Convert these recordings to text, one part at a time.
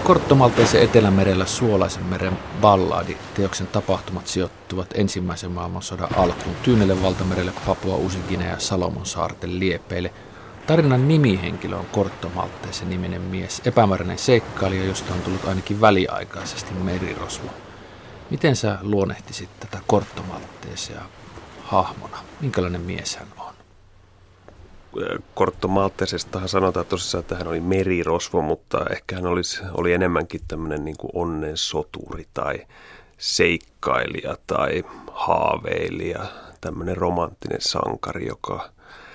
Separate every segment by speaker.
Speaker 1: Kortto Maltesen Etelämerellä Suolaisen meren ballaadi teoksen tapahtumat sijoittuvat ensimmäisen maailmansodan alkuun Tyynelle valtamerelle, Papua Uusi-Guinea ja Salomon saarten liepeille. Tarinan nimihenkilö on Kortto Maltesen niminen mies, epämääräinen seikkailija, josta on tullut ainakin väliaikaisesti merirosvo. Miten sä luonnehtisit tätä Kortto Maltesea hahmona? Minkälainen mies hän on?
Speaker 2: Kortto Maltesestahan sanotaan tosissaan, että hän oli merirosvo, mutta ehkä hän oli enemmänkin tämmöinen niin kuin onnensoturi tai seikkailija tai haaveilija, tämmöinen romanttinen sankari, joka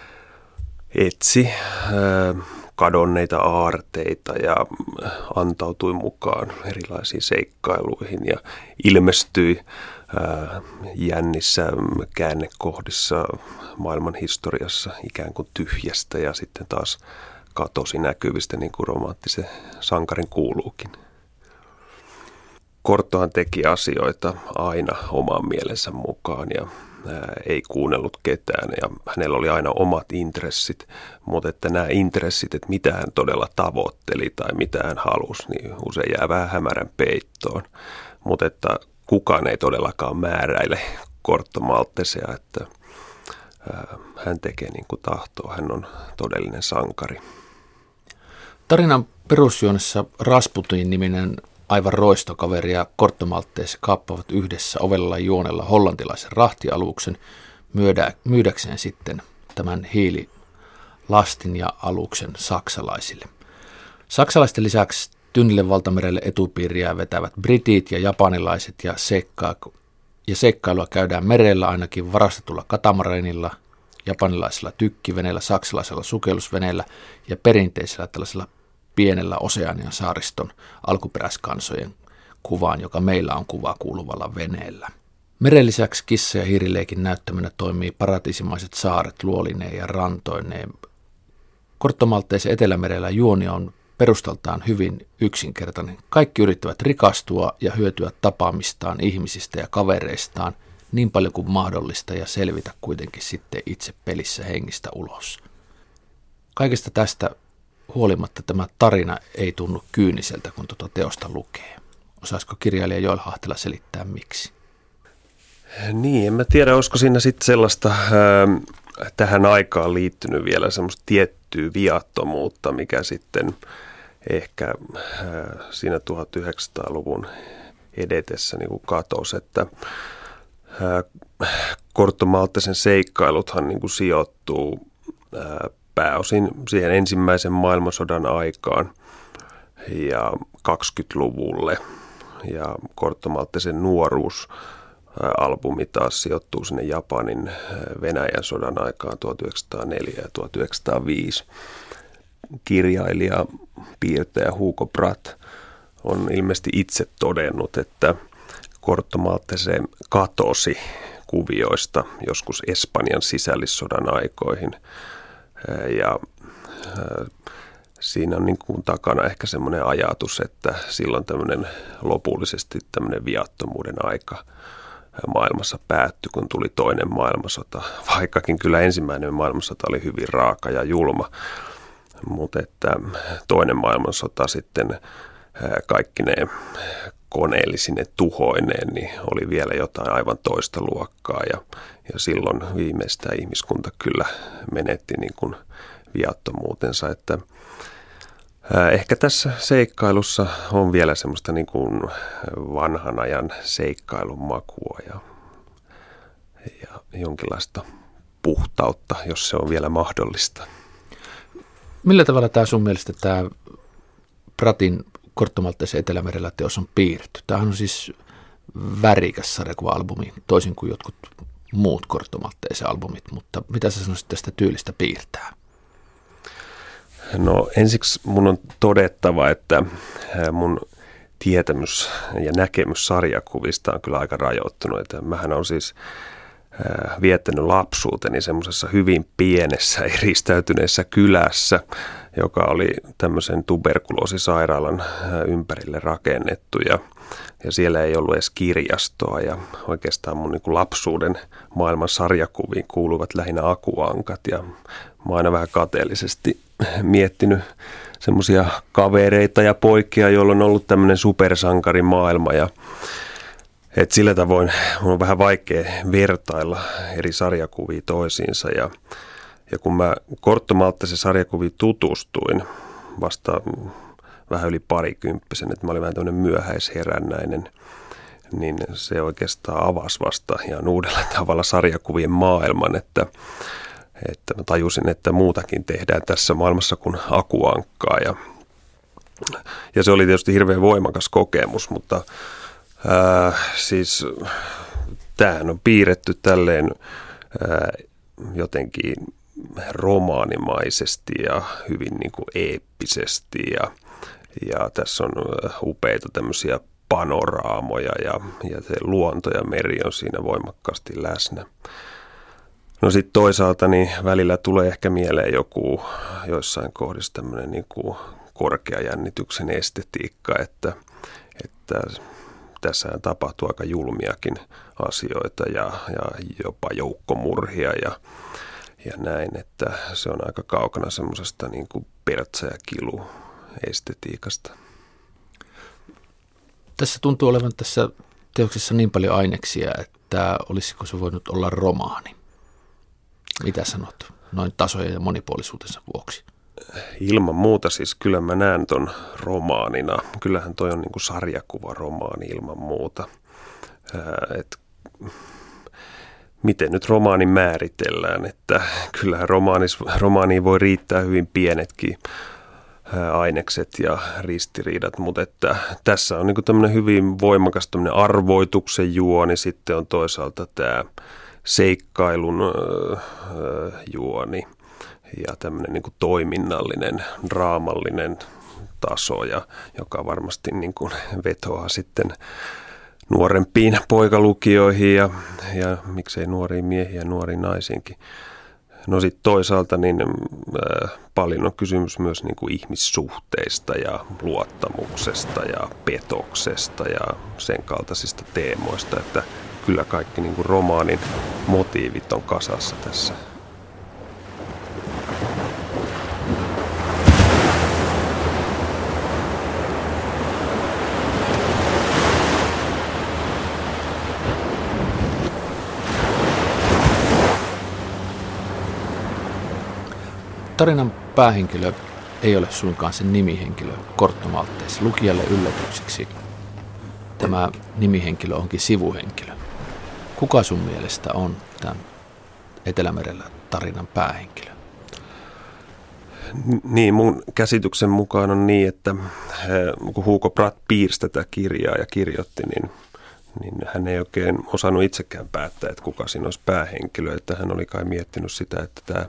Speaker 2: etsi kadonneita aarteita ja antautui mukaan erilaisiin seikkailuihin ja ilmestyi jännissä käännekohdissa maailman historiassa ikään kuin tyhjästä ja sitten taas katosi näkyvistä, niin kuin romanttisen sankarin kuuluukin. Korttohan teki asioita aina oman mielensä mukaan ja ei kuunnellut ketään ja hänellä oli aina omat intressit, mutta että nämä intressit, että mitä hän todella tavoitteli tai mitä hän halusi, niin usein jää vähän hämärän peittoon, mutta että kukaan ei todellakaan määräile Kortto Maltesea, että hän tekee niin kuin tahtoo, hän on todellinen sankari.
Speaker 1: Tarinan perusjuonessa Rasputin niminen aivan roistokaveri ja Kortto Maltese kaappaavat yhdessä ovella juonella hollantilaisen rahtialuksen myydäkseen sitten tämän hiililastin ja aluksen saksalaisille. Saksalaisten lisäksi Tyynelle valtamerelle etupiiriä vetävät britit ja japanilaiset ja seikkailua käydään merellä ainakin varastetulla katamaranilla, japanilaisella tykkiveneellä, saksalaisella sukellusveneellä ja perinteisellä tällaisella pienellä Oseanian saariston alkuperäiskansojen kuvaan, joka meillä on kuva kuuluvalla veneellä. Meren lisäksi kissa- ja hiirileikin näyttämänä toimii paratiisimaiset saaret luolineen ja rantoineen. Kortto Maltesen Etelämerellä juoni on perustaltaan hyvin yksinkertainen. Kaikki yrittävät rikastua ja hyötyä tapaamistaan, ihmisistä ja kavereistaan niin paljon kuin mahdollista ja selvitä kuitenkin sitten itse pelissä hengistä ulos. Kaikesta tästä huolimatta tämä tarina ei tunnu kyyniseltä, kun tuota teosta lukee. Osaisiko kirjailija Joel Hahtela selittää miksi?
Speaker 2: Niin, en mä tiedä, olisiko siinä sitten sellaista tähän aikaan liittynyt vielä semmoista tiettyä viattomuutta, mikä sitten ehkä siinä 1900-luvun edetessä niin kuin katosi, että Kortto Maltesen seikkailuthan niin kuin sijoittuu pääosin siihen ensimmäisen maailmansodan aikaan ja 20-luvulle ja Kortto Maltesen nuoruusalbumi taas sijoittuu sinne Japanin Venäjän sodan aikaan 1904 ja 1905. Kirjailija, piirtäjä Hugo Pratt on ilmeisesti itse todennut, että Kortto Maltese katosi kuvioista joskus Espanjan sisällissodan aikoihin ja siinä on niin kuin takana ehkä semmoinen ajatus, että silloin lopullisesti tämmöinen viattomuuden aika maailmassa päättyi, kun tuli toinen maailmansota, vaikkakin kyllä ensimmäinen maailmansota oli hyvin raaka ja julma, mutta että toinen maailmansota sitten kaikki ne koneellisine tuhoineen, niin oli vielä jotain aivan toista luokkaa ja silloin viimeistään ihmiskunta kyllä menetti niin kuin viattomuutensa, että ehkä tässä seikkailussa on vielä semmoista niin kuin vanhan ajan seikkailun makua ja jonkinlaista puhtautta, jos se on vielä mahdollista.
Speaker 1: Millä tavalla tämä sun mielestä tämä Prattin Kortto Maltesen Etelämerellä teos on piirretty? Tämähän on siis värikäs sarjakuva-albumi, toisin kuin jotkut muut Kortto Maltesen albumit, mutta mitä sä sanoisit tästä tyylistä piirtää?
Speaker 2: No ensiksi mun on todettava, että mun tietämys ja näkemys sarjakuvista on kyllä aika rajoittunut. Että mähän on siis viettänyt lapsuuteni semmoisessa hyvin pienessä eristäytyneessä kylässä, joka oli tämmöisen tuberkuloosisairaalan ympärille rakennettu ja siellä ei ollut edes kirjastoa ja oikeastaan mun niin kuin lapsuuden maailman sarjakuviin kuuluvat lähinnä akuankat ja mä oon aina vähän kateellisesti miettinyt semmoisia kavereita ja poikia, joilla on ollut tämmöinen supersankarimaailma ja et sillä tavoin mun on vähän vaikea vertailla eri sarjakuvia toisiinsa ja kun mä Kortto Malttisen sarjakuviin tutustuin vasta vähän yli parikymppisen, että mä olin vähän tämmöinen myöhäisherännäinen, niin se oikeastaan avasi vasta ihan uudella tavalla sarjakuvien maailman, että mä tajusin, että muutakin tehdään tässä maailmassa kuin akuankkaa ja se oli tietysti hirveän voimakas kokemus, mutta siis tämähän on piirretty tälleen jotenkin romaanimaisesti ja hyvin niin kuin eeppisesti ja tässä on upeita tämmöisiä panoraamoja ja se luonto ja meri on siinä voimakkaasti läsnä. No sitten toisaalta niin välillä tulee ehkä mieleen joku joissain kohdissa tämmöinen niin kuin korkeajännityksen estetiikka, että tässähän tapahtuu aika julmiakin asioita ja jopa joukkomurhia ja näin, että se on aika kaukana semmoisesta niin kuin pertsä- ja kilu-estetiikasta.
Speaker 1: Tässä tuntuu olevan tässä teoksessa niin paljon aineksia, että olisiko se voinut olla romaani? Mitä sanot noin tasojen ja monipuolisuutensa vuoksi?
Speaker 2: Ilman muuta siis kyllä mä näen ton romaanina. Kyllähän toi on niin kuin sarjakuvaromaani ilman muuta. Miten nyt romaani määritellään, että kyllähän romaaniin voi riittää hyvin pienetkin ainekset ja ristiriidat, mutta että tässä on niin tämmöinen hyvin voimakas tämmöinen arvoituksen juoni, sitten on toisaalta tämä seikkailun juoni ja tämmöinen niin toiminnallinen, draamallinen taso, joka varmasti niin kuin vetoaa sitten nuorempiin poikalukijoihin ja miksei nuoriin miehiin ja nuoriin naisiinkin. No sitten toisaalta niin paljon on kysymys myös niin kuin ihmissuhteista ja luottamuksesta ja petoksesta ja sen kaltaisista teemoista, että kyllä kaikki niin kuin romaanin motiivit on kasassa tässä.
Speaker 1: Tarinan päähenkilö ei ole suinkaan sen nimihenkilö Kortto Maltteessa. Lukijalle yllätykseksi tämä nimihenkilö onkin sivuhenkilö. Kuka sun mielestä on tämän Etelämerellä tarinan päähenkilö?
Speaker 2: Niin, mun käsityksen mukaan on niin, että kun Hugo Pratt piirsi tätä kirjaa ja kirjoitti, niin hän ei oikein osannut itsekään päättää, että kuka siinä olisi päähenkilö. Että hän oli kai miettinyt sitä, että tämä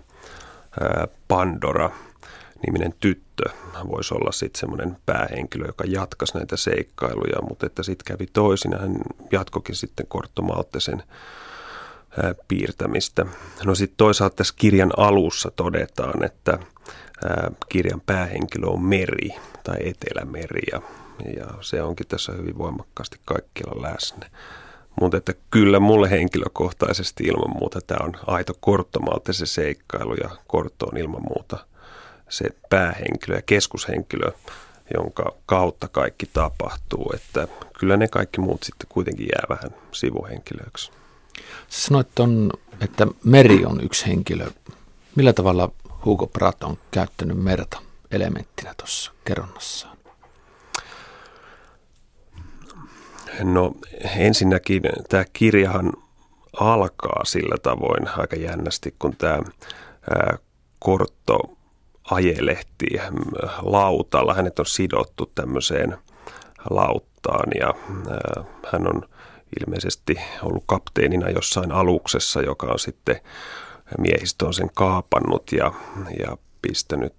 Speaker 2: Pandora-niminen tyttö voisi olla sitten semmoinen päähenkilö, joka jatkaisi näitä seikkailuja, mutta että sitten kävi toisin ja hän jatkokin sitten Kortto Malttisen piirtämistä. No sitten toisaalta tässä kirjan alussa todetaan, että kirjan päähenkilö on meri tai Etelämeri ja se onkin tässä hyvin voimakkaasti kaikkialla läsnä. Mutta että kyllä mulle henkilökohtaisesti ilman muuta tämä on aito Kortto Malttisen seikkailu ja Kortto on ilman muuta se päähenkilö ja keskushenkilö, jonka kautta kaikki tapahtuu. Että kyllä ne kaikki muut sitten kuitenkin jää vähän sivuhenkilöiksi.
Speaker 1: Sä sanoit, että meri on yksi henkilö. Millä tavalla Hugo Pratt on käyttänyt merta elementtinä tuossa kerronnassaan?
Speaker 2: No ensinnäkin tämä kirjahan alkaa sillä tavoin aika jännästi, kun tämä Kortto ajelehtii lautalla. Hänet on sidottu tämmöiseen lauttaan ja hän on ilmeisesti ollut kapteenina jossain aluksessa, joka on sitten miehistö on sen kaapannut ja pistänyt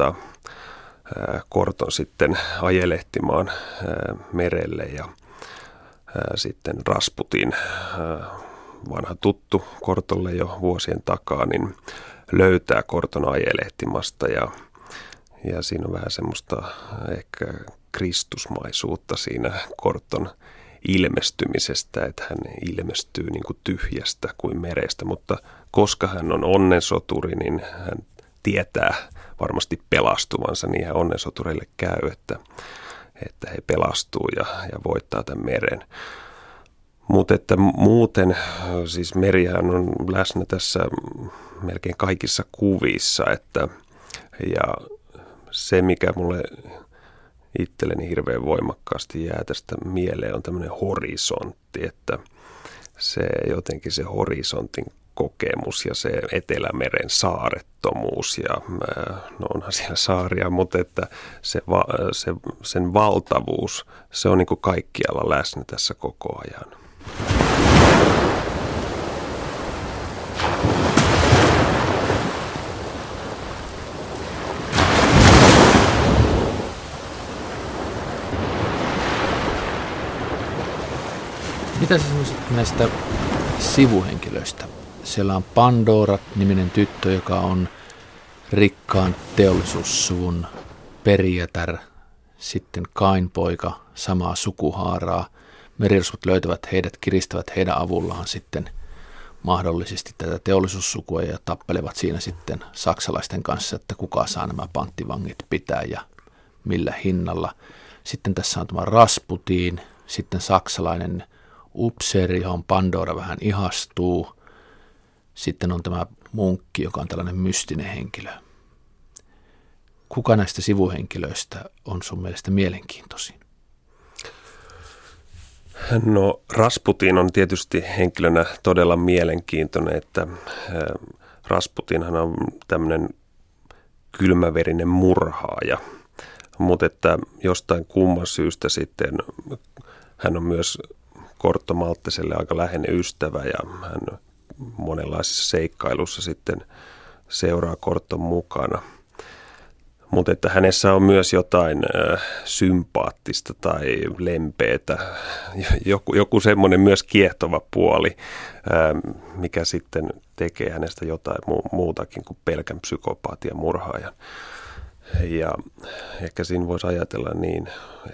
Speaker 2: Korton sitten ajelehtimaan merelle ja sitten Rasputin, vanha tuttu Kortolle jo vuosien takaa, niin löytää Korton ajelehtimasta ja siinä on vähän semmoista ehkä kristusmaisuutta siinä Korton ilmestymisestä, että hän ilmestyy niin kuin tyhjästä kuin merestä, mutta koska hän on onnensoturi, niin hän tietää varmasti pelastuvansa, niin ihan onnensotureille käy, että he pelastuu ja voittaa tämän meren. Mutta että muuten, siis merihän on läsnä tässä melkein kaikissa kuvissa, ja se mikä mulle itselleni hirveän voimakkaasti jää tästä mieleen on tämmöinen horisontti, että se horisontin kokemus ja se Etelämeren saarettomuus ja no onhan siellä saaria, mutta että sen valtavuus, se on niin kuin kaikkialla läsnä tässä koko ajan.
Speaker 1: Mitä sä sanoisit näistä sivuhenkilöistä? Siellä on Pandora-niminen tyttö, joka on rikkaan teollisuussuvun perijätär, sitten Kainpoika, samaa sukuhaaraa. Merirosvot löytävät heidät, kiristävät heidän avullaan sitten mahdollisesti tätä teollisuussukua ja tappelevat siinä sitten saksalaisten kanssa, että kuka saa nämä panttivangit pitää ja millä hinnalla. Sitten tässä on tämä Rasputin, sitten saksalainen upseeri, johon Pandora vähän ihastuu. Sitten on tämä munkki, joka on tällainen mystinen henkilö. Kuka näistä sivuhenkilöistä on sun mielestä mielenkiintoisin?
Speaker 2: No Rasputin on tietysti henkilönä todella mielenkiintoinen, että Rasputinhan on tämmöinen kylmäverinen murhaaja, mutta että jostain kumman syystä sitten hän on myös Kortto Maltteselle aika läheinen ystävä ja hän monenlaisissa seikkailussa sitten seuraa Korton mukana. Mutta että hänessä on myös jotain sympaattista tai lempeätä, joku semmoinen myös kiehtova puoli, mikä sitten tekee hänestä jotain muutakin kuin pelkän psykopaatian murhaajan. Ja ehkä siinä voisi ajatella niin,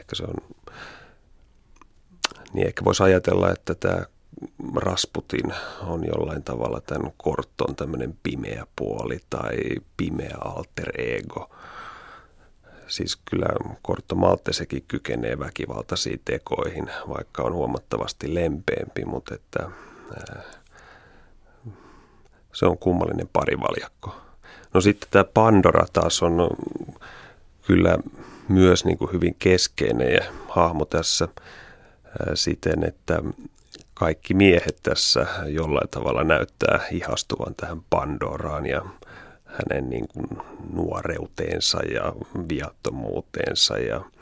Speaker 2: ehkä voisi ajatella, että tämä Rasputin on jollain tavalla tämän Korton tämmöinen pimeä puoli tai pimeä alter ego. Siis kyllä Kortto Malttesekin kykenee väkivaltaisiin tekoihin, vaikka on huomattavasti lempeämpi, mutta että se on kummallinen parivaljakko. No sitten tämä Pandora taas on kyllä myös niin kuin hyvin keskeinen hahmo tässä siten, että kaikki miehet tässä jollain tavalla näyttää ihastuvan tähän Pandoraan ja hänen niin kuin nuoreuteensa ja viattomuuteensa.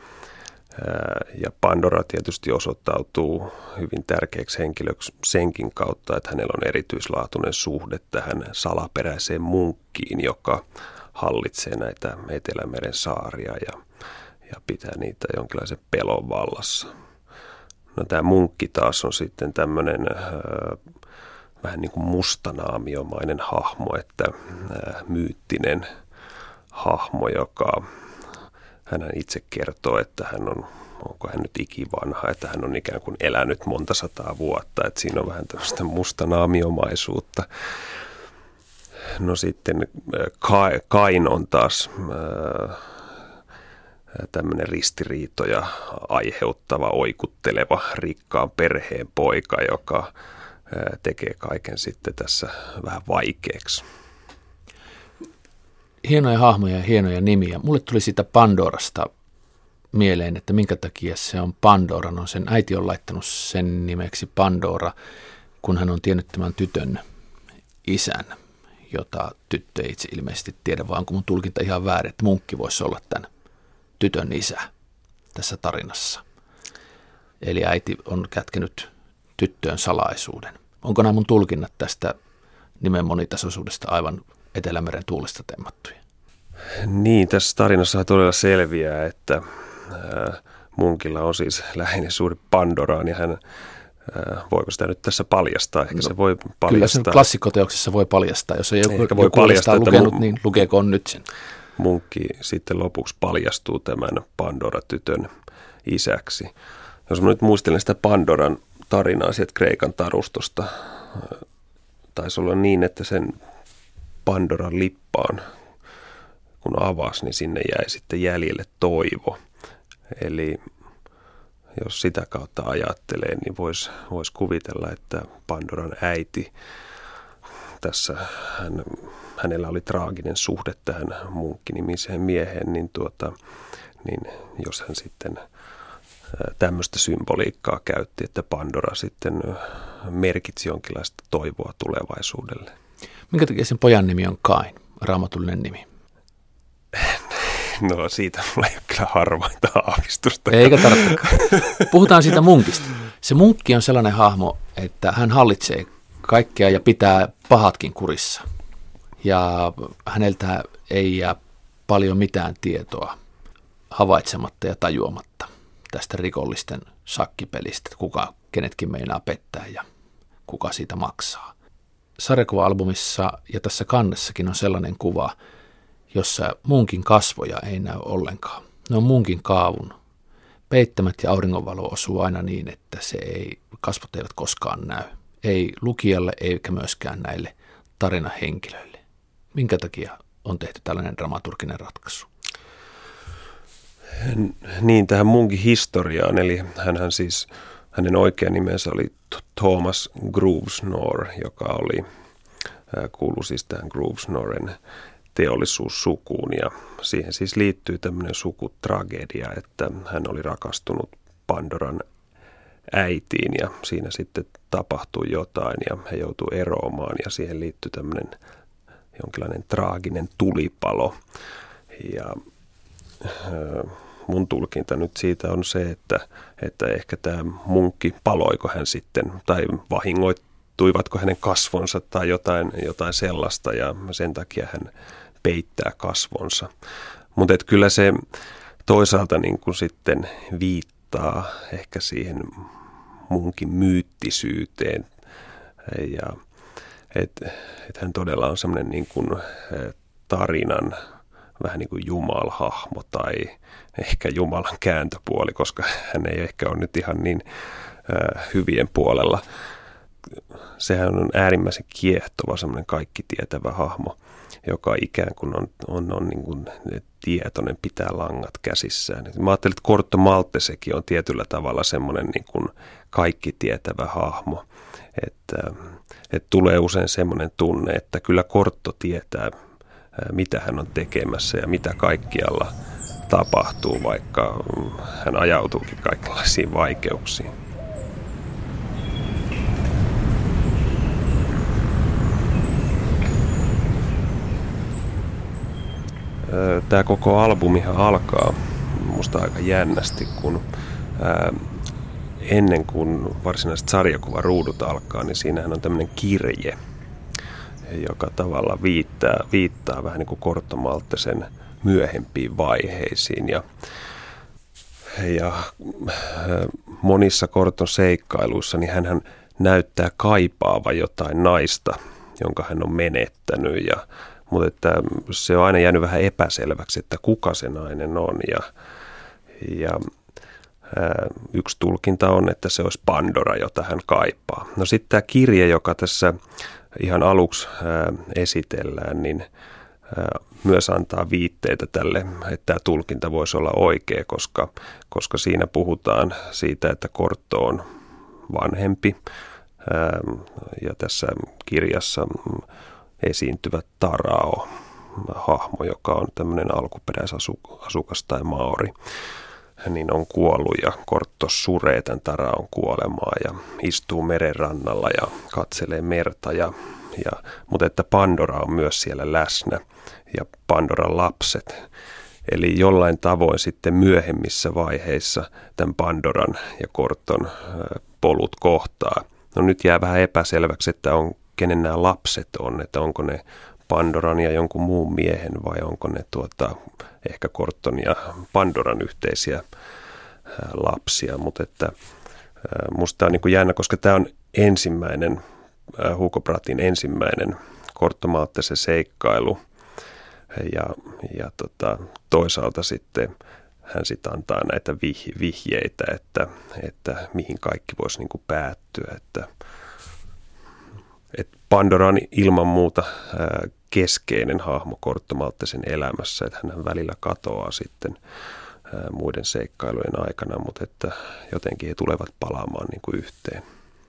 Speaker 2: Ja Pandora tietysti osoittautuu hyvin tärkeäksi henkilöksi senkin kautta, että hänellä on erityislaatuinen suhde tähän salaperäiseen munkkiin, joka hallitsee näitä Etelämeren saaria ja pitää niitä jonkinlaisen pelon vallassa. No tämä munkki taas on sitten tämmöinen vähän niin kuin mustanaamiomainen hahmo, että myyttinen hahmo, joka hän itse kertoo, että onko hän nyt ikivanha, että hän on ikään kuin elänyt monta sataa vuotta, että siinä on vähän tämmöistä mustanaamiomaisuutta. No sitten Kain on taas tämmöinen ristiriitoja aiheuttava, oikutteleva, rikkaan perheen poika, joka tekee kaiken sitten tässä vähän vaikeaksi.
Speaker 1: Hienoja hahmoja ja hienoja nimiä. Mulle tuli siitä Pandorasta mieleen, että minkä takia se on Pandora. No sen äiti on laittanut sen nimeksi Pandora, kun hän on tiennyt tämän tytön isän, jota tyttö ei itse ilmeisesti tiedä, vaan onko mun tulkinta ihan väärin, että munkki voisi olla tämän tytön isä tässä tarinassa. Eli äiti on kätkenyt tyttöön salaisuuden. Onko nämä mun tulkinnat tästä nimen monitasoisuudesta aivan Etelämeren tuulesta temmattuja?
Speaker 2: Niin, tässä tarinassa todella selviää, että munkilla on siis läheinen suhde Pandoraan ja hän, voiko sitä nyt tässä paljastaa? Ehkä se voi paljastaa. Kyllä sen
Speaker 1: klassikkoteoksessa voi paljastaa. Jos ei joku
Speaker 2: voi paljastaa,
Speaker 1: lukenut, niin lukeekoon nyt sen.
Speaker 2: Munkki sitten lopuksi paljastuu tämän Pandora-tytön isäksi. Jos mä nyt muistelen sitä Pandoran tarinaa sieltä Kreikan tarustosta, taisi olla niin, että sen Pandoran lippaan kun avasi, niin sinne jäi sitten jäljelle toivo. Eli jos sitä kautta ajattelee, niin voisi kuvitella, että Pandoran äiti, tässä hänellä oli traaginen suhde tähän Munkki-nimiseen mieheen, niin jos hän sitten tämmöistä symboliikkaa käytti, että Pandora sitten merkitsi jonkinlaista toivoa tulevaisuudelle.
Speaker 1: Minkä takia sen pojan nimi on Kain, raamatullinen nimi?
Speaker 2: No siitä mulla ei ole kyllä harvainta aavistusta.
Speaker 1: Eikä tarvitsekaan. Puhutaan siitä munkista. Se munkki on sellainen hahmo, että hän hallitsee kaikkea ja pitää pahatkin kurissa. Ja häneltä ei jää paljon mitään tietoa havaitsematta ja tajuamatta tästä rikollisten shakkipelistä, että kuka kenetkin meinaa pettää ja kuka siitä maksaa. Sarjakuva-albumissa ja tässä kannessakin on sellainen kuva, jossa munkin kasvoja ei näy ollenkaan. Ne on munkin kaavun. Peittämät ja auringonvalo osuu aina niin, että kasvot eivät koskaan näy. Ei lukijalle eikä myöskään näille tarinahenkilöille. Minkä takia on tehty tällainen dramaturginen ratkaisu?
Speaker 2: Niin, tähän munkin historiaan, eli hänen oikea nimensä oli Thomas Grosvenor, joka kuului siis tähän Grosvenoren teollisuussukuun, ja siihen siis liittyy tämmöinen sukutragedia, että hän oli rakastunut Pandoran äitiin ja siinä sitten tapahtui jotain ja he joutuivat eroamaan ja siihen liittyi tämmöinen jonkinlainen traaginen tulipalo. Ja mun tulkinta nyt siitä on se, että ehkä tämä munkki, paloiko hän sitten tai vahingoittuivatko hänen kasvonsa tai jotain sellaista ja sen takia hän peittää kasvonsa. Mutta kyllä se toisaalta niin kuin sitten viittaa ehkä siihen munkin myyttisyyteen ja että hän todella on semmoinen niin kuin tarinan vähän niin kuin jumalhahmo tai ehkä Jumalan kääntöpuoli, koska hän ei ehkä ole nyt ihan niin hyvien puolella. Sehän on äärimmäisen kiehtova semmoinen kaikki tietävä hahmo, joka ikään kuin on niin kuin tietoinen, pitää langat käsissään. Mä ajattelin, että Corto Maltesekin on tietyllä tavalla semmoinen niin kuin kaikki tietävä hahmo, että tulee usein semmoinen tunne, että kyllä Corto tietää, mitä hän on tekemässä ja mitä kaikkialla tapahtuu, vaikka hän ajautuukin kaikenlaisiin vaikeuksiin. Tämä koko albumihan alkaa musta aika jännästi, kun ennen kuin varsinaiset sarjakuvaruudut alkaa, niin siinähän on tämmöinen kirje, joka tavalla viittaa vähän niin kuin Corto Maltesen myöhempiin vaiheisiin. Ja monissa Corton seikkailuissa niin hänhän näyttää kaipaava jotain naista, jonka hän on menettänyt. Mutta että se on aina jäänyt vähän epäselväksi, että kuka se nainen on. Ja yksi tulkinta on, että se olisi Pandora, jota hän kaipaa. No sitten tämä kirje, joka tässä ihan aluksi esitellään, niin myös antaa viitteitä tälle, että tämä tulkinta voisi olla oikea, koska siinä puhutaan siitä, että Corto on vanhempi ja tässä kirjassa esiintyvä Tarao-hahmo, joka on tämmöinen alkuperäisasukas tai maori, niin on kuollut ja Corto suree tämän Taraon kuolemaa ja istuu meren rannalla ja katselee merta. Mutta että Pandora on myös siellä läsnä ja Pandoran lapset. Eli jollain tavoin sitten myöhemmissä vaiheissa tämän Pandoran ja Corton polut kohtaa. No nyt jää vähän epäselväksi, että kenen nämä lapset on, että onko ne Pandoran ja jonkun muun miehen vai onko ne ehkä Corton ja Pandoran yhteisiä lapsia, mutta että musta on niin kuin jännä, koska tämä on ensimmäinen, Hugo Pratin ensimmäinen Corto Maltesen seikkailu ja toisaalta sitten hän sitten antaa näitä vihjeitä, että mihin kaikki voisi niin kuin päättyä, että Pandora on ilman muuta keskeinen hahmo Corto Maltesen elämässä, että hän välillä katoaa sitten muiden seikkailujen aikana, mutta että jotenkin he tulevat palaamaan niin kuin yhteen.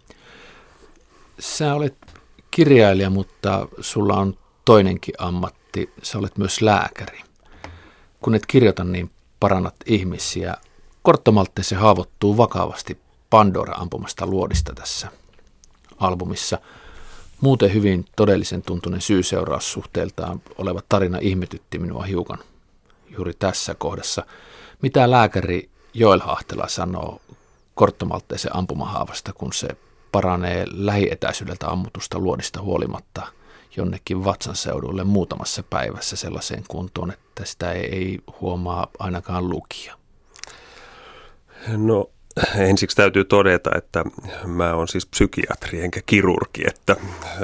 Speaker 1: Sä olet kirjailija, mutta sulla on toinenkin ammatti. Sä olet myös lääkäri. Kun et kirjoita, niin parannat ihmisiä. Corto Maltese haavoittuu vakavasti Pandora-ampumasta luodista tässä albumissa. Muuten hyvin todellisen tuntunen syy-seuraussuhteeltaan oleva tarina ihmetytti minua hiukan juuri tässä kohdassa. Mitä lääkäri Joel Hahtela sanoo Corto Maltesen ampumahaavasta, kun se paranee lähietäisyydeltä ammutusta luodista huolimatta jonnekin vatsan seudulle muutamassa päivässä sellaiseen kuntoon, että sitä ei huomaa ainakaan lukija?
Speaker 2: No ensiksi täytyy todeta, että mä oon siis psykiatri enkä kirurgi, että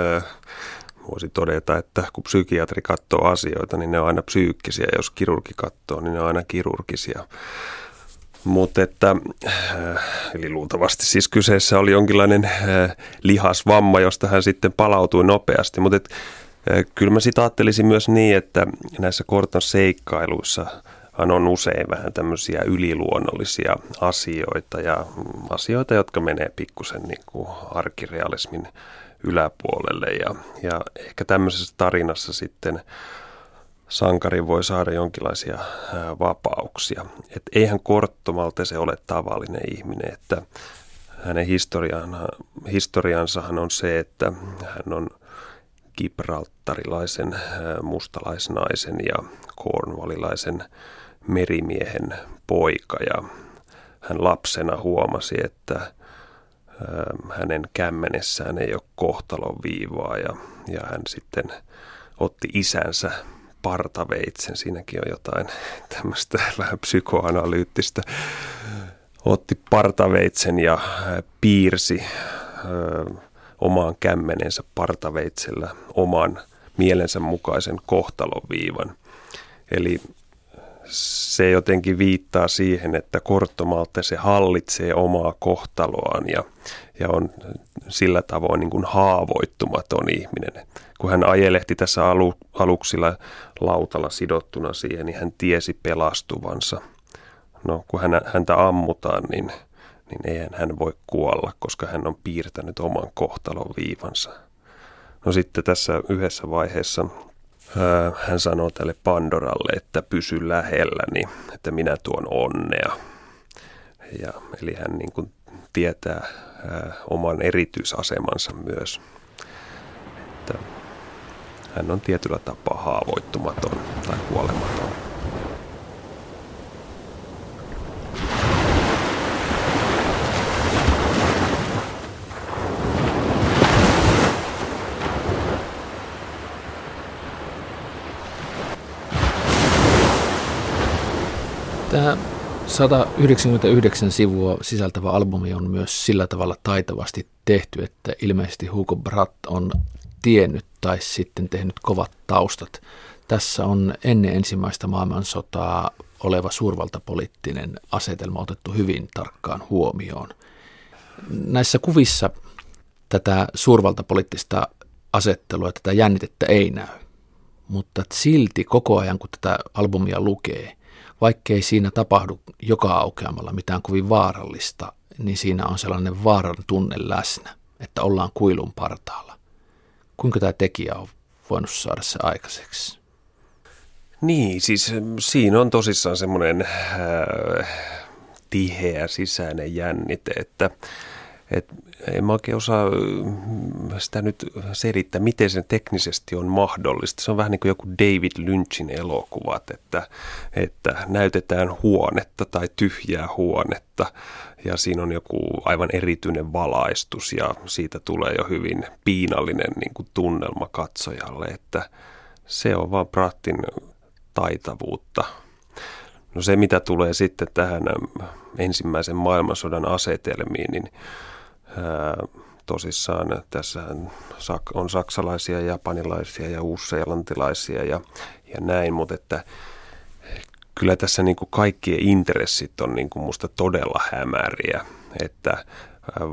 Speaker 2: voisin todeta, että kun psykiatri katsoo asioita, niin ne on aina psyykkisiä, ja jos kirurgi katsoo, niin ne on aina kirurgisia. Mutta että, eli luultavasti siis kyseessä oli jonkinlainen lihasvamma, josta hän sitten palautui nopeasti, mutta kyllä mä sitä ajattelisin myös niin, että näissä Corton seikkailuissa on usein vähän tämmöisiä yliluonnollisia asioita ja asioita, jotka menee pikkusen niin kuin arkirealismin yläpuolelle ja ehkä tämmöisessä tarinassa sitten sankari voi saada jonkinlaisia vapauksia. Et eihän Corto Maltese ole tavallinen ihminen, että hänen historiansahan on se, että hän on gibraltarilaisen mustalaisnaisen ja cornwallilaisen merimiehen poika, ja hän lapsena huomasi, että hänen kämmenessään ei ole kohtalon viivaa, ja hän sitten otti isänsä partaveitsen, siinäkin on jotain tämmöistä vähän psykoanalyyttistä, otti partaveitsen ja piirsi omaan kämmenensä partaveitsellä oman mielensä mukaisen kohtalonviivan. Eli se jotenkin viittaa siihen, että Corto Maltese hallitsee omaa kohtaloaan ja on sillä tavoin niin kuin haavoittumaton ihminen. Kun hän ajelehti tässä aluksilla lautalla sidottuna siihen, niin hän tiesi pelastuvansa. No, kun häntä ammutaan, niin eihän hän voi kuolla, koska hän on piirtänyt oman kohtalon viivansa. No sitten tässä yhdessä vaiheessa hän sanoo tälle Pandoralle, että pysy lähelläni, että minä tuon onnea. Eli hän niin kuin tietää oman erityisasemansa myös. Että hän on tietyllä tapaa haavoittumaton tai kuolematon.
Speaker 1: Tämä 199 sivua sisältävä albumi on myös sillä tavalla taitavasti tehty, että ilmeisesti Hugo Pratt on tiennyt tai sitten tehnyt kovat taustat. Tässä on ennen ensimmäistä maailmansotaa oleva suurvaltapoliittinen asetelma otettu hyvin tarkkaan huomioon. Näissä kuvissa tätä suurvaltapoliittista asettelua, tätä jännitettä ei näy, mutta silti koko ajan kun tätä albumia lukee, vaikkei siinä tapahdu joka aukeamalla mitään kovin vaarallista, niin siinä on sellainen vaaran tunne läsnä, että ollaan kuilun partaalla. Kuinka tämä tekijä on voinut saada se aikaiseksi?
Speaker 2: Niin, siis siinä on tosissaan semmoinen tiheä sisäinen jännite, että en mä oikein osaa sitä nyt selittää, miten se teknisesti on mahdollista. Se on vähän niin kuin joku David Lynchin elokuvat, että näytetään huonetta tai tyhjää huonetta ja siinä on joku aivan erityinen valaistus ja siitä tulee jo hyvin piinallinen niin kuin tunnelma katsojalle, että se on vaan Prattin taitavuutta. No se, mitä tulee sitten tähän ensimmäisen maailmansodan asetelmiin, niin tosissaan tässä on saksalaisia, japanilaisia ja uusseelantilaisia ja näin, mutta että kyllä tässä niin kuin kaikkien intressit on niin kuin musta todella hämäriä, että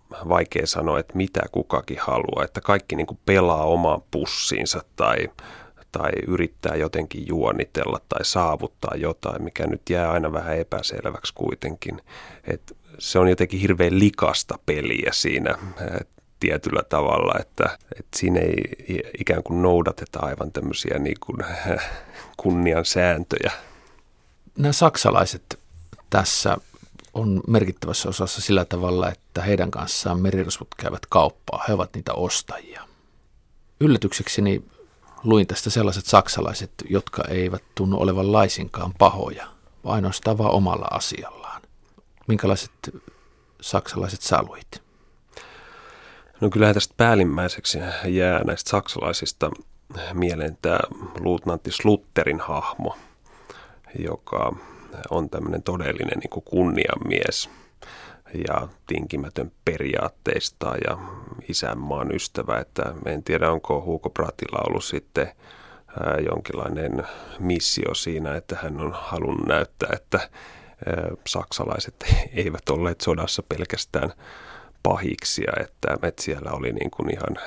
Speaker 2: vaikea sanoa, että mitä kukakin haluaa, että kaikki niin kuin pelaa omaan pussiinsa tai yrittää jotenkin juonitella tai saavuttaa jotain, mikä nyt jää aina vähän epäselväksi kuitenkin. Et se on jotenkin hirveän likasta peliä siinä tietyllä tavalla, että siinä ei ikään kuin noudateta aivan tämmöisiä niin kuin kunnian sääntöjä.
Speaker 1: Nämä saksalaiset tässä on merkittävässä osassa sillä tavalla, että heidän kanssaan merirosvot käyvät kauppaa. He ovat niitä ostajia. Yllätyksekseni luin tästä sellaiset saksalaiset, jotka eivät tunnu olevan laisinkaan pahoja, vaan ainoastaan vaan omalla asiallaan. Minkälaiset saksalaiset sä luit?
Speaker 2: No kyllähän tästä päällimmäiseksi jää näistä saksalaisista mieleen tämä luutnantti Slutterin hahmo, joka on tämmöinen todellinen niin kuin kunniamies ja tinkimätön periaatteista ja isänmaan ystävä. Että en tiedä, onko Hugo Prattilla ollut sitten jonkinlainen missio siinä, että hän on halunnut näyttää, että saksalaiset eivät olleet sodassa pelkästään pahiksia, että siellä oli niin kuin ihan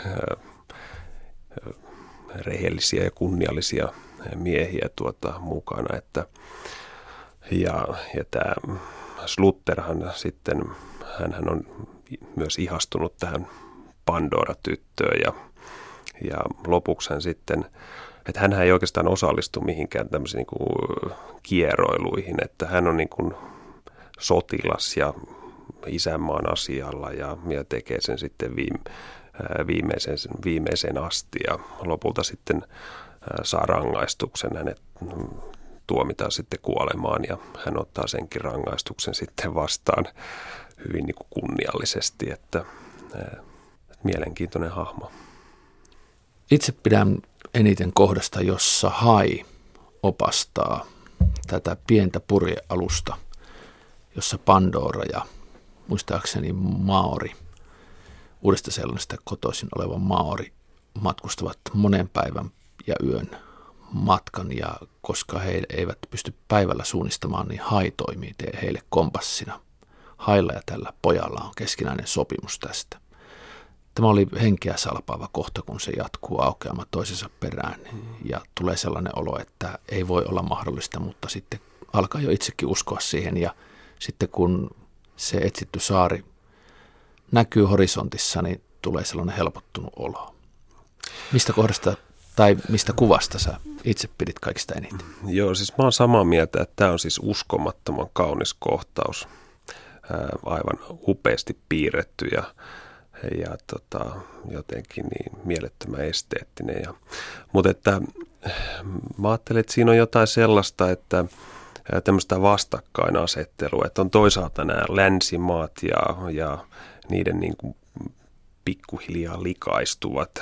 Speaker 2: rehellisiä ja kunniallisia miehiä mukana. Ja tämä Slutterhan sitten, hänhän on myös ihastunut tähän Pandora-tyttöön ja lopuksi hän sitten, että hänhän ei oikeastaan osallistu mihinkään tämmöisiin niin kuin kieroiluihin, että hän on niin kuin sotilas ja isänmaan asialla ja tekee sen sitten viimeiseen asti ja lopulta sitten saa rangaistuksen. Hänet tuomitaan sitten kuolemaan ja hän ottaa senkin rangaistuksen sitten vastaan hyvin niin kuin kunniallisesti, että mielenkiintoinen hahmo.
Speaker 1: Itse pidän eniten kohdasta, jossa Hai opastaa tätä pientä purjealusta, jossa Pandora ja muistaakseni Maori, Uudesta-Seelannista kotoisin oleva Maori, matkustavat monen päivän ja yön matkan, ja koska he eivät pysty päivällä suunnistamaan, niin Hai toimii heille kompassina. Hailla ja tällä pojalla on keskinäinen sopimus tästä. Tämä oli henkeä salpaava kohta, kun se jatkuu aukeama toisensa perään ja tulee sellainen olo, että ei voi olla mahdollista, mutta sitten alkaa jo itsekin uskoa siihen ja sitten kun se etsitty saari näkyy horisontissa, niin tulee sellainen helpottunut olo. Mistä kohdasta tai mistä kuvasta sä itse pidit kaikista eniten?
Speaker 2: Joo, siis mä oon samaa mieltä, että tämä on siis uskomattoman kaunis kohtaus. Aivan upeasti piirretty ja jotenkin niin mielettömän esteettinen. Mutta että mä ajattelin, että siinä on jotain sellaista, että tämmöistä vastakkainasettelua, että on toisaalta nämä länsimaat ja niiden niin kuin pikkuhiljaa likaistuvat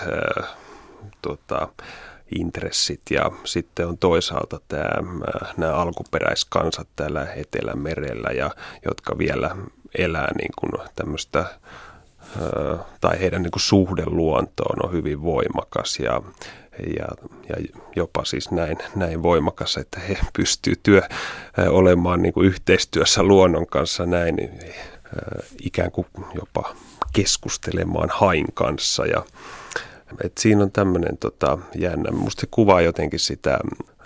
Speaker 2: intressit ja sitten on toisaalta nämä alkuperäiskansat täällä Etelämerellä, jotka vielä elää niin kuin tämmöistä, tai heidän niin kuin suhde luontoon on hyvin voimakas ja jopa siis näin voimakas, että he pystyvät olemaan niin kuin yhteistyössä luonnon kanssa näin ikään kuin jopa keskustelemaan hain kanssa ja siinä on tämmöinen jännä. Musta se kuvaa jotenkin sitä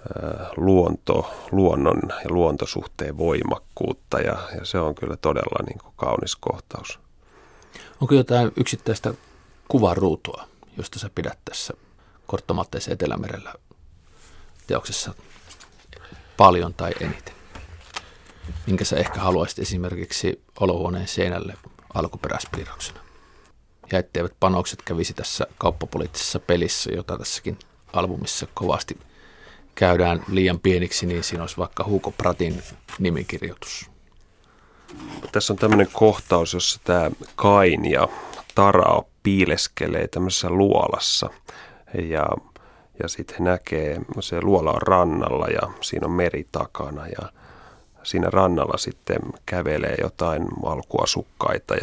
Speaker 2: luonnon ja luontosuhteen voimakkuutta ja se on kyllä todella niin kuin kaunis kohtaus.
Speaker 1: Onko jotain yksittäistä kuvaruutua, josta sä pidät tässä Corto Maltese Etelämerellä teoksessa paljon tai eniten? Minkä sä ehkä haluaisit esimerkiksi olohuoneen seinälle alkuperäispiirroksena? Ja etteivät panokset kävisi tässä kauppapoliittisessa pelissä, jota tässäkin albumissa kovasti käydään liian pieniksi, niin siinä olisi vaikka Hugo Prattin nimikirjoitus.
Speaker 2: Tässä on tämmöinen kohtaus, jossa tämä Kain ja Tarao piileskelee tämmöisessä luolassa ja sitten he näkee, se luola on rannalla ja siinä on meri takana ja siinä rannalla sitten kävelee jotain alkuasukkaita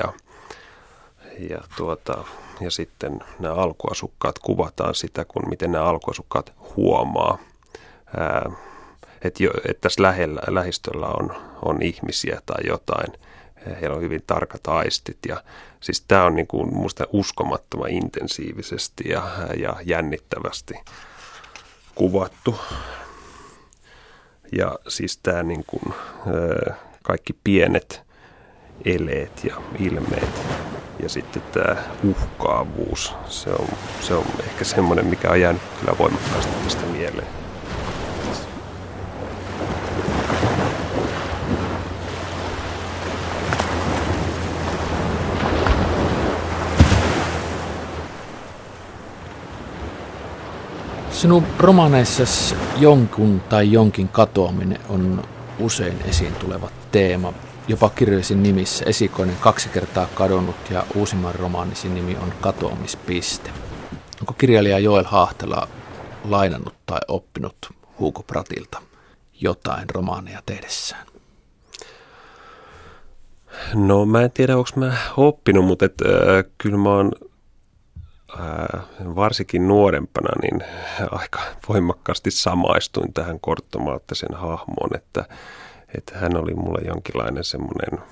Speaker 2: ja sitten nämä alkuasukkaat kuvataan sitä, miten nämä alkuasukkaat huomaa, että tässä lähistöllä on ihmisiä tai jotain, heillä on hyvin tarkat aistit ja siis tämä on niin kuin musta uskomattoman intensiivisesti ja jännittävästi kuvattu. Ja siis tämä niin kuin, kaikki pienet eleet ja ilmeet ja sitten tämä uhkaavuus, se on ehkä semmoinen, mikä on jäänyt kyllä voimakkaasti tästä mieleen.
Speaker 1: Sinun romaaneissasi jonkun tai jonkin katoaminen on usein esiin tuleva teema. Jopa kirjallisin nimissä esikoinen 2 kertaa kadonnut ja uusimman romaanisin nimi on Katoamispiste. Onko kirjailija Joel Hahtela lainannut tai oppinut Hugo Pratilta jotain romaaneja tehdessään?
Speaker 2: No mä en tiedä, onko mä oppinut, mutta kyllä mä oon varsinkin nuorempana niin aika voimakkaasti samaistuin tähän Corto Maltesen hahmoon, että hän oli mulle jonkinlainen semmoinen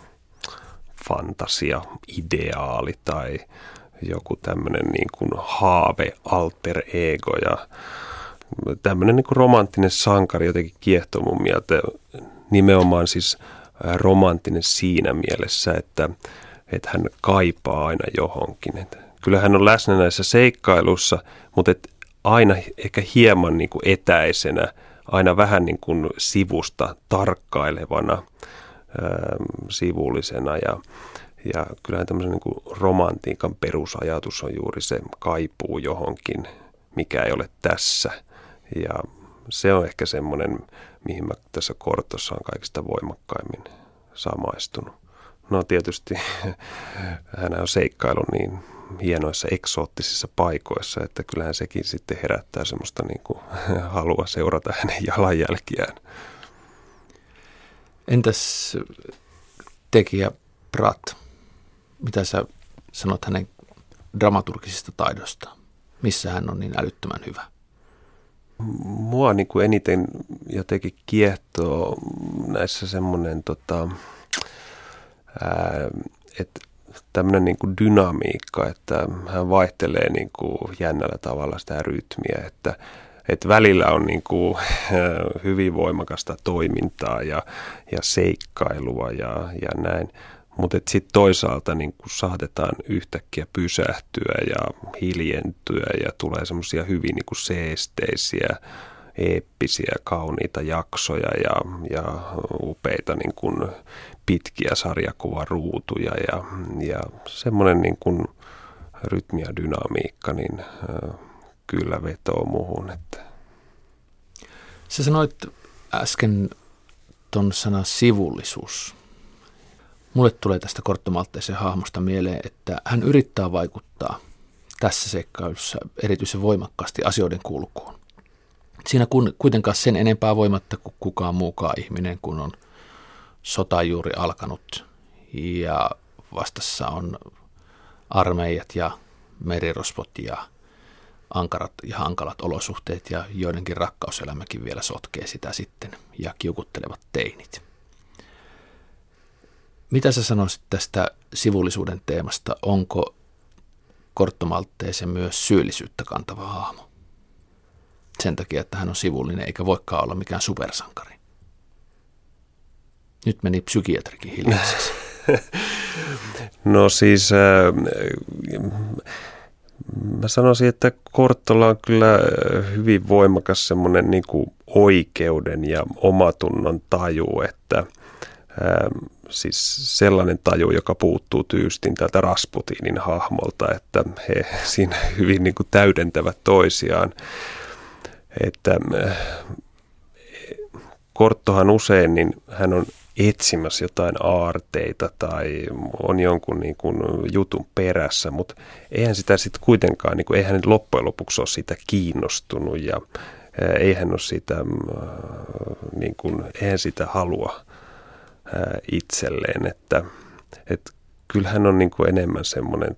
Speaker 2: fantasia-ideaali tai joku tämmöinen niin kuin haave, alter ego ja tämmöinen niin kuin romanttinen sankari jotenkin kiehtoo mun mieltä. Nimenomaan siis romanttinen siinä mielessä, että hän kaipaa aina johonkin. Kyllä hän on läsnä näissä seikkailuissa, mutta aina ehkä hieman niin kuin etäisenä, aina vähän niin kuin sivusta tarkkailevana, sivullisena. Ja kyllähän tämmöisen niin kuin romantiikan perusajatus on juuri se kaipuu johonkin, mikä ei ole tässä. Ja se on ehkä semmoinen, mihin mä tässä Cortossa on kaikista voimakkaimmin samaistunut. No tietysti hän on seikkailu niin hienoissa eksoottisissa paikoissa, että kyllähän sekin sitten herättää semmoista niin kuin halua seurata hänen jalanjälkiään.
Speaker 1: Entäs tekijä Prat? Mitä sä sanot hänen dramaturgisista taidoistaan? Missä hän on niin älyttömän hyvä?
Speaker 2: Mua niin kuin eniten jotenkin kiehtoo näissä semmoinen, että tämmöinen niin kuin dynamiikka, että hän vaihtelee niin kuin jännällä tavalla sitä rytmiä, että välillä on niin kuin hyvin voimakasta toimintaa ja seikkailua ja näin, mutta sitten toisaalta niin kuin saatetaan yhtäkkiä pysähtyä ja hiljentyä ja tulee semmoisia hyvin niin kuin seesteisiä, eeppisiä, kauniita jaksoja ja upeita niin kuin pitkiä sarjakuvaruutuja ja semmoinen niin kuin rytmi ja dynamiikka niin kyllä vetoo muuhun. Että.
Speaker 1: Sä sanoit äsken ton sana sivullisuus. Mulle tulee tästä Corto Maltesen hahmosta mieleen, että hän yrittää vaikuttaa tässä seikkailussa erityisen voimakkaasti asioiden kulkuun. Siinä kuitenkaan sen enempää voimatta kuin kukaan muukaan ihminen, kun on sota juuri alkanut ja vastassa on armeijat ja merirosvot ja ankarat ja hankalat olosuhteet ja joidenkin rakkauselämäkin vielä sotkee sitä sitten ja kiukuttelevat teinit. Mitä sä sanoisit tästä sivullisuuden teemasta? Onko Corto Maltesen myös syyllisyyttä kantava hahmo? Sen takia, että hän on sivullinen eikä voikaan olla mikään supersankari. Nyt meni psykiatrikin hiljaiseksi.
Speaker 2: No siis mä sanoisin, että Cortolla on kyllä hyvin voimakas semmoinen niin kuin oikeuden ja omatunnon taju, että siis sellainen taju, joka puuttuu tyystin tältä Rasputinin hahmolta, että he siinä hyvin niin kuin täydentävät toisiaan. Että Cortohan usein, niin hän on etsimässä jotain aarteita tai on jonkun niin kuin jutun perässä, mutta eihän sitä sitten kuitenkaan, niin kuin, eihän hän loppujen lopuksi ole siitä kiinnostunut ja eihän ole sitä, niin kuin, eihän sitä halua itselleen, että kyllähän on niin kuin enemmän semmoinen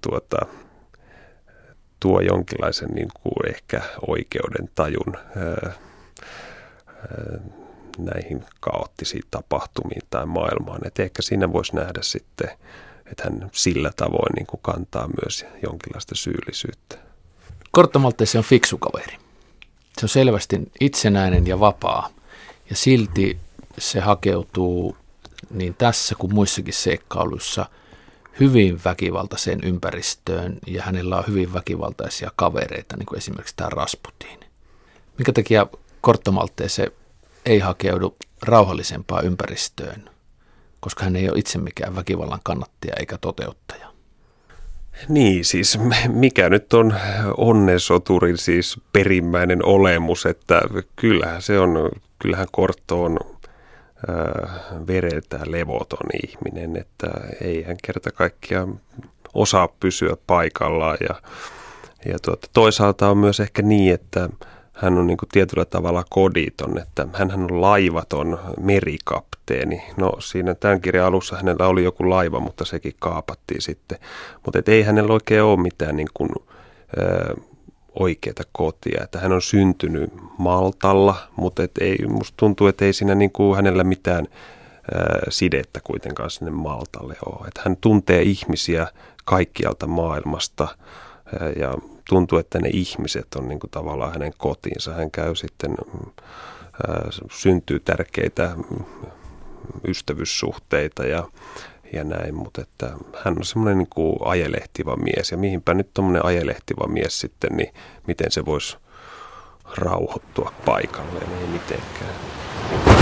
Speaker 2: tuo jonkinlaisen niin kuin ehkä oikeuden tajun näihin kaoottisiin tapahtumiin tai maailmaan. Et ehkä siinä voisi nähdä sitten, että hän sillä tavoin niin kuin kantaa myös jonkinlaista syyllisyyttä.
Speaker 1: Kortto Maltese on fiksu kaveri. Se on selvästi itsenäinen ja vapaa, ja silti se hakeutuu niin tässä kuin muissakin seikkailuissa hyvin väkivaltaiseen ympäristöön, ja hänellä on hyvin väkivaltaisia kavereita, niin kuin esimerkiksi tämä Rasputin. Minkä takia Kortto Maltese ei hakeudu rauhallisempaan ympäristöön, koska hän ei ole itse mikään väkivallan kannattaja eikä toteuttaja?
Speaker 2: Niin, siis mikä nyt on onnensoturin siis perimmäinen olemus, että kyllähän Kortto on vereltään levoton ihminen, että ei hän kerta kaikkiaan osaa pysyä paikallaan ja toisaalta on myös ehkä niin, että hän on niin kuin tietyllä tavalla koditon, että hän on laivaton merikapteeni. No siinä tämän kirjan alussa hänellä oli joku laiva, mutta sekin kaapattiin sitten. Mutta ei hänellä oikein ole mitään niin kuin, oikeaa kotia. Että hän on syntynyt Maltalla, mutta musta tuntuu, että ei siinä niin kuin hänellä mitään sidettä kuitenkaan sinne Maltalle ole. Että hän tuntee ihmisiä kaikkialta maailmasta ja tuntuu, että ne ihmiset on niin kuin tavallaan hänen kotiinsa. Hän käy sitten, syntyy tärkeitä ystävyyssuhteita ja näin, mutta että hän on semmoinen niin kuin ajelehtiva mies. Ja mihinpä nyt tommoinen ajelehtiva mies sitten, niin miten se voisi rauhoittua paikalleen, ei mitenkään.